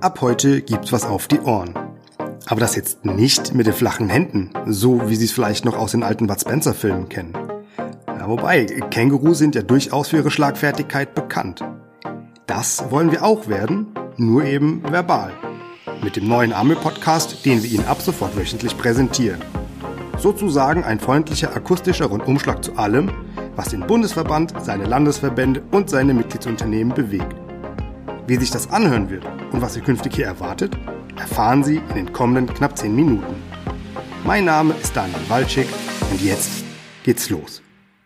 Ab heute gibt's was auf die Ohren. Aber das jetzt nicht mit den flachen Händen, so wie Sie es vielleicht noch aus den alten Bud Spencer-Filmen kennen. Ja, wobei, Kängurus sind ja durchaus für ihre Schlagfertigkeit bekannt. Das wollen wir auch werden, nur eben verbal. Mit dem neuen AMÖ-Podcast, den wir Ihnen ab sofort wöchentlich präsentieren. Sozusagen ein freundlicher akustischer Rundumschlag zu allem, was den Bundesverband, seine Landesverbände und seine Mitgliedsunternehmen bewegt. Wie sich das anhören wird und was Sie künftig hier erwartet, erfahren Sie in den kommenden knapp 10 Minuten. Mein Name ist Daniel Walczyk und jetzt geht's los.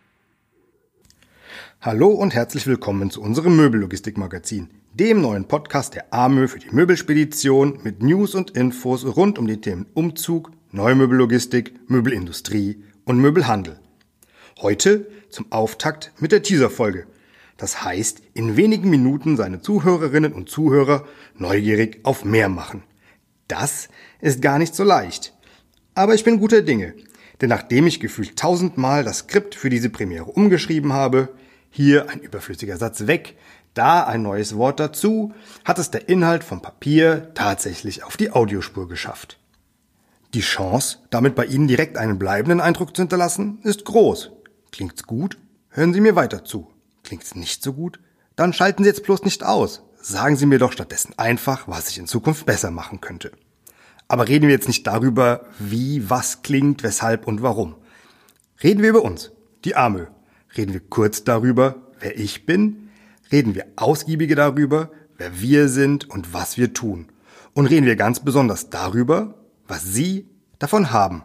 Hallo und herzlich willkommen zu unserem Möbellogistik-Magazin, dem neuen Podcast der AMÖ für die Möbelspedition mit News und Infos rund um die Themen Umzug, Neumöbellogistik, Möbelindustrie und Möbelhandel. Heute zum Auftakt mit der Teaser-Folge. Das heißt, in wenigen Minuten seine Zuhörerinnen und Zuhörer neugierig auf mehr machen. Das ist gar nicht so leicht. Aber ich bin guter Dinge, denn nachdem ich gefühlt 1000-mal das Skript für diese Premiere umgeschrieben habe, hier ein überflüssiger Satz weg, da ein neues Wort dazu, hat es der Inhalt vom Papier tatsächlich auf die Audiospur geschafft. Die Chance, damit bei Ihnen direkt einen bleibenden Eindruck zu hinterlassen, ist groß. Klingt's gut? Hören Sie mir weiter zu. Klingt's nicht so gut? Dann schalten Sie jetzt bloß nicht aus. Sagen Sie mir doch stattdessen einfach, was ich in Zukunft besser machen könnte. Aber reden wir jetzt nicht darüber, wie, was klingt, weshalb und warum. Reden wir über uns, die AMÖ. Reden wir kurz darüber, wer ich bin. Reden wir ausgiebiger darüber, wer wir sind und was wir tun. Und reden wir ganz besonders darüber, was Sie davon haben.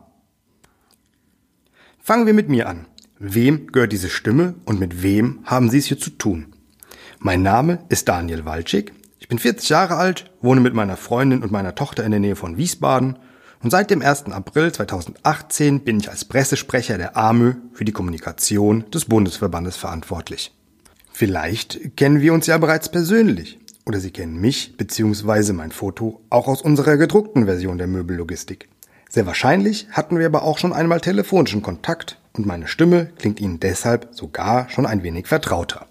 Fangen wir mit mir an. Wem gehört diese Stimme und mit wem haben Sie es hier zu tun? Mein Name ist Daniel Walczyk. Ich bin 40 Jahre alt, wohne mit meiner Freundin und meiner Tochter in der Nähe von Wiesbaden und seit dem 1. April 2018 bin ich als Pressesprecher der AMÖ für die Kommunikation des Bundesverbandes verantwortlich. Vielleicht kennen wir uns ja bereits persönlich oder Sie kennen mich bzw. mein Foto auch aus unserer gedruckten Version der Möbellogistik. Sehr wahrscheinlich hatten wir aber auch schon einmal telefonischen Kontakt und meine Stimme klingt Ihnen deshalb sogar schon ein wenig vertrauter.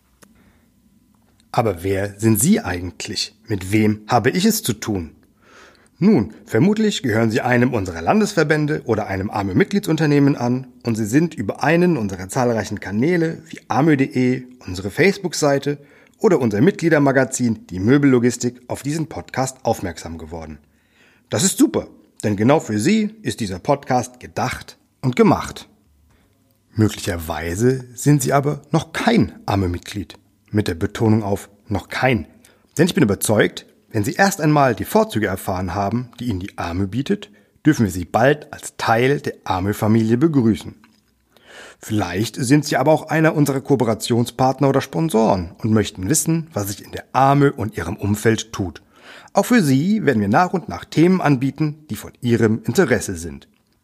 Aber wer sind Sie eigentlich? Mit wem habe ich es zu tun? Nun, vermutlich gehören Sie einem unserer Landesverbände oder einem AMÖ-Mitgliedsunternehmen an und Sie sind über einen unserer zahlreichen Kanäle wie amö.de, unsere Facebook-Seite oder unser Mitgliedermagazin Die Möbellogistik auf diesen Podcast aufmerksam geworden. Das ist super, denn genau für Sie ist dieser Podcast gedacht und gemacht. Möglicherweise sind Sie aber noch kein AMÖ-Mitglied. Mit der Betonung auf noch kein. Denn ich bin überzeugt, wenn Sie erst einmal die Vorzüge erfahren haben, die Ihnen die AMÖ bietet, dürfen wir Sie bald als Teil der AMÖ-Familie begrüßen. Vielleicht sind Sie aber auch einer unserer Kooperationspartner oder Sponsoren und möchten wissen, was sich in der AMÖ und ihrem Umfeld tut. Auch für Sie werden wir nach und nach Themen anbieten, die von Ihrem Interesse sind.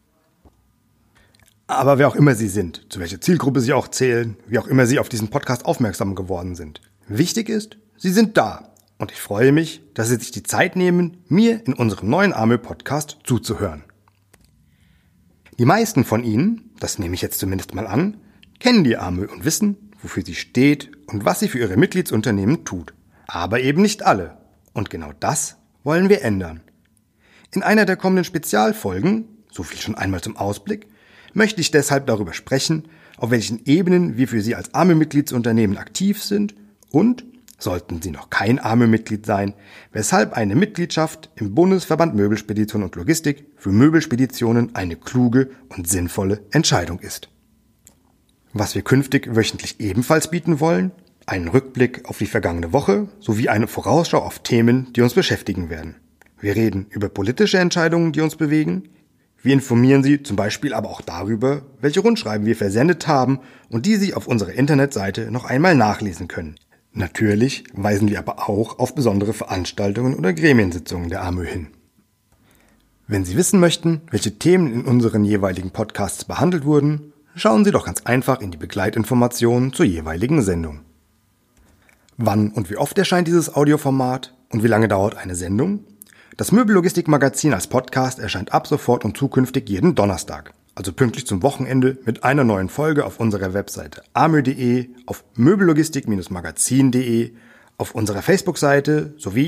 Aber wer auch immer Sie sind, zu welcher Zielgruppe Sie auch zählen, wie auch immer Sie auf diesen Podcast aufmerksam geworden sind. Wichtig ist, Sie sind da. Und ich freue mich, dass Sie sich die Zeit nehmen, mir in unserem neuen AMÖ-Podcast zuzuhören. Die meisten von Ihnen, das nehme ich jetzt zumindest mal an, kennen die AMÖ und wissen, wofür sie steht und was sie für ihre Mitgliedsunternehmen tut. Aber eben nicht alle. Und genau das wollen wir ändern. In einer der kommenden Spezialfolgen, so viel schon einmal zum Ausblick, möchte ich deshalb darüber sprechen, auf welchen Ebenen wir für Sie als AMÖ-Mitgliedsunternehmen aktiv sind und, sollten Sie noch kein AMÖ-Mitglied sein, weshalb eine Mitgliedschaft im Bundesverband Möbelspedition und Logistik für Möbelspeditionen eine kluge und sinnvolle Entscheidung ist. Was wir künftig wöchentlich ebenfalls bieten wollen, einen Rückblick auf die vergangene Woche sowie eine Vorausschau auf Themen, die uns beschäftigen werden. Wir reden über politische Entscheidungen, die uns bewegen. Wir informieren Sie zum Beispiel aber auch darüber, welche Rundschreiben wir versendet haben und die Sie auf unserer Internetseite noch einmal nachlesen können. Natürlich weisen wir aber auch auf besondere Veranstaltungen oder Gremiensitzungen der AMÖ hin. Wenn Sie wissen möchten, welche Themen in unseren jeweiligen Podcasts behandelt wurden, schauen Sie doch ganz einfach in die Begleitinformationen zur jeweiligen Sendung. Wann und wie oft erscheint dieses Audioformat und wie lange dauert eine Sendung? Das Möbellogistik-Magazin als Podcast erscheint ab sofort und zukünftig jeden Donnerstag, also pünktlich zum Wochenende mit einer neuen Folge auf unserer Webseite amö.de, auf möbellogistik-magazin.de, auf unserer Facebook-Seite sowie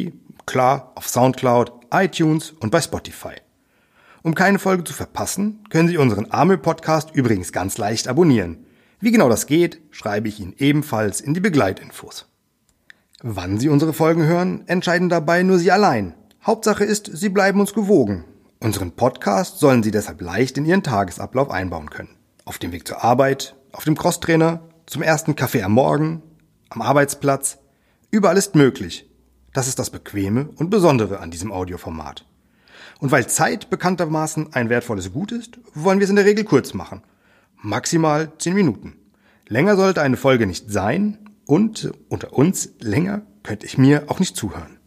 klar auf Soundcloud, iTunes und bei Spotify. Um keine Folge zu verpassen, können Sie unseren AMÖ-Podcast übrigens ganz leicht abonnieren. Wie genau das geht, schreibe ich Ihnen ebenfalls in die Begleitinfos. Wann Sie unsere Folgen hören, entscheiden dabei nur Sie allein. Hauptsache ist, Sie bleiben uns gewogen. Unseren Podcast sollen Sie deshalb leicht in Ihren Tagesablauf einbauen können. Auf dem Weg zur Arbeit, auf dem Crosstrainer, zum ersten Kaffee am Morgen, am Arbeitsplatz. Überall ist möglich. Das ist das Bequeme und Besondere an diesem Audioformat. Und weil Zeit bekanntermaßen ein wertvolles Gut ist, wollen wir es in der Regel kurz machen. Maximal 10 Minuten. Länger sollte eine Folge nicht sein und unter uns, länger könnte ich mir auch nicht zuhören.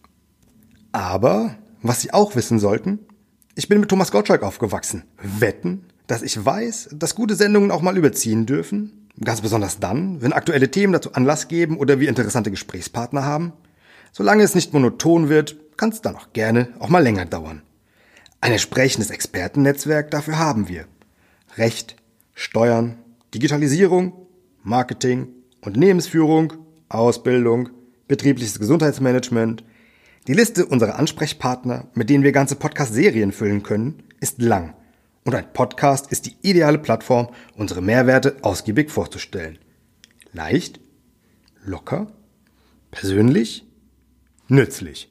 Aber, was Sie auch wissen sollten, ich bin mit Thomas Gottschalk aufgewachsen. Wetten, dass ich weiß, dass gute Sendungen auch mal überziehen dürfen? Ganz besonders dann, wenn aktuelle Themen dazu Anlass geben oder wir interessante Gesprächspartner haben. Solange es nicht monoton wird, kann es dann auch gerne auch mal länger dauern. Ein entsprechendes Expertennetzwerk dafür haben wir. Recht, Steuern, Digitalisierung, Marketing, Unternehmensführung, Ausbildung, betriebliches Gesundheitsmanagement. Die Liste unserer Ansprechpartner, mit denen wir ganze Podcast-Serien füllen können, ist lang. Und ein Podcast ist die ideale Plattform, unsere Mehrwerte ausgiebig vorzustellen. Leicht, locker, persönlich, nützlich.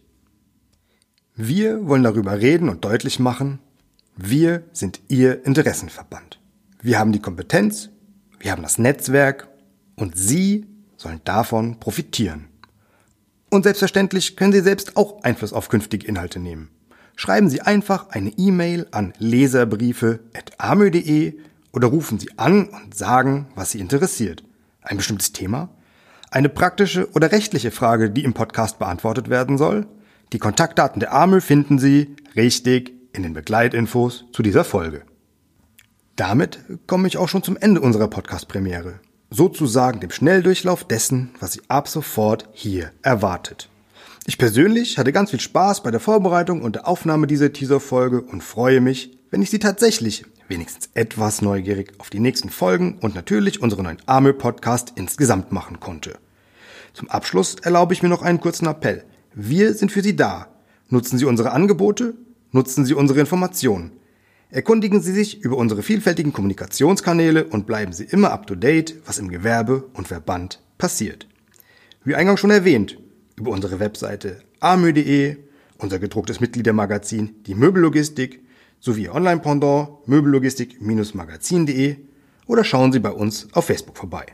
Wir wollen darüber reden und deutlich machen, wir sind Ihr Interessenverband. Wir haben die Kompetenz, wir haben das Netzwerk und Sie sollen davon profitieren. Und selbstverständlich können Sie selbst auch Einfluss auf künftige Inhalte nehmen. Schreiben Sie einfach eine E-Mail an leserbriefe@amö.de oder rufen Sie an und sagen, was Sie interessiert. Ein bestimmtes Thema? Eine praktische oder rechtliche Frage, die im Podcast beantwortet werden soll? Die Kontaktdaten der AMÖ finden Sie, richtig, in den Begleitinfos zu dieser Folge. Damit komme ich auch schon zum Ende unserer Podcast-Premiere. Sozusagen dem Schnelldurchlauf dessen, was Sie ab sofort hier erwartet. Ich persönlich hatte ganz viel Spaß bei der Vorbereitung und der Aufnahme dieser Teaser-Folge und freue mich, wenn ich Sie tatsächlich wenigstens etwas neugierig auf die nächsten Folgen und natürlich unseren neuen AMÖ-Podcast insgesamt machen konnte. Zum Abschluss erlaube ich mir noch einen kurzen Appell. Wir sind für Sie da. Nutzen Sie unsere Angebote, nutzen Sie unsere Informationen. Erkundigen Sie sich über unsere vielfältigen Kommunikationskanäle und bleiben Sie immer up to date, was im Gewerbe und Verband passiert. Wie eingangs schon erwähnt, über unsere Webseite amö.de, unser gedrucktes Mitgliedermagazin Die Möbellogistik sowie Ihr Online-Pendant möbellogistik-magazin.de oder schauen Sie bei uns auf Facebook vorbei.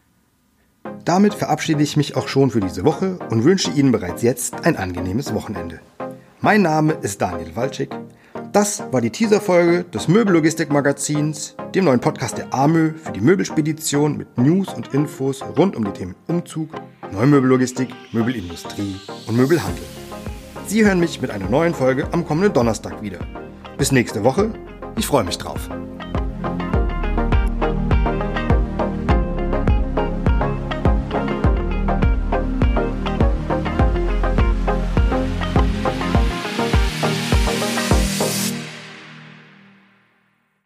Damit verabschiede ich mich auch schon für diese Woche und wünsche Ihnen bereits jetzt ein angenehmes Wochenende. Mein Name ist Daniel Walczyk. Das war die Teaser-Folge des Möbellogistik-Magazins, dem neuen Podcast der AMÖ für die Möbelspedition mit News und Infos rund um die Themen Umzug, Neumöbellogistik, Möbelindustrie und Möbelhandel. Sie hören mich mit einer neuen Folge am kommenden Donnerstag wieder. Bis nächste Woche, ich freue mich drauf.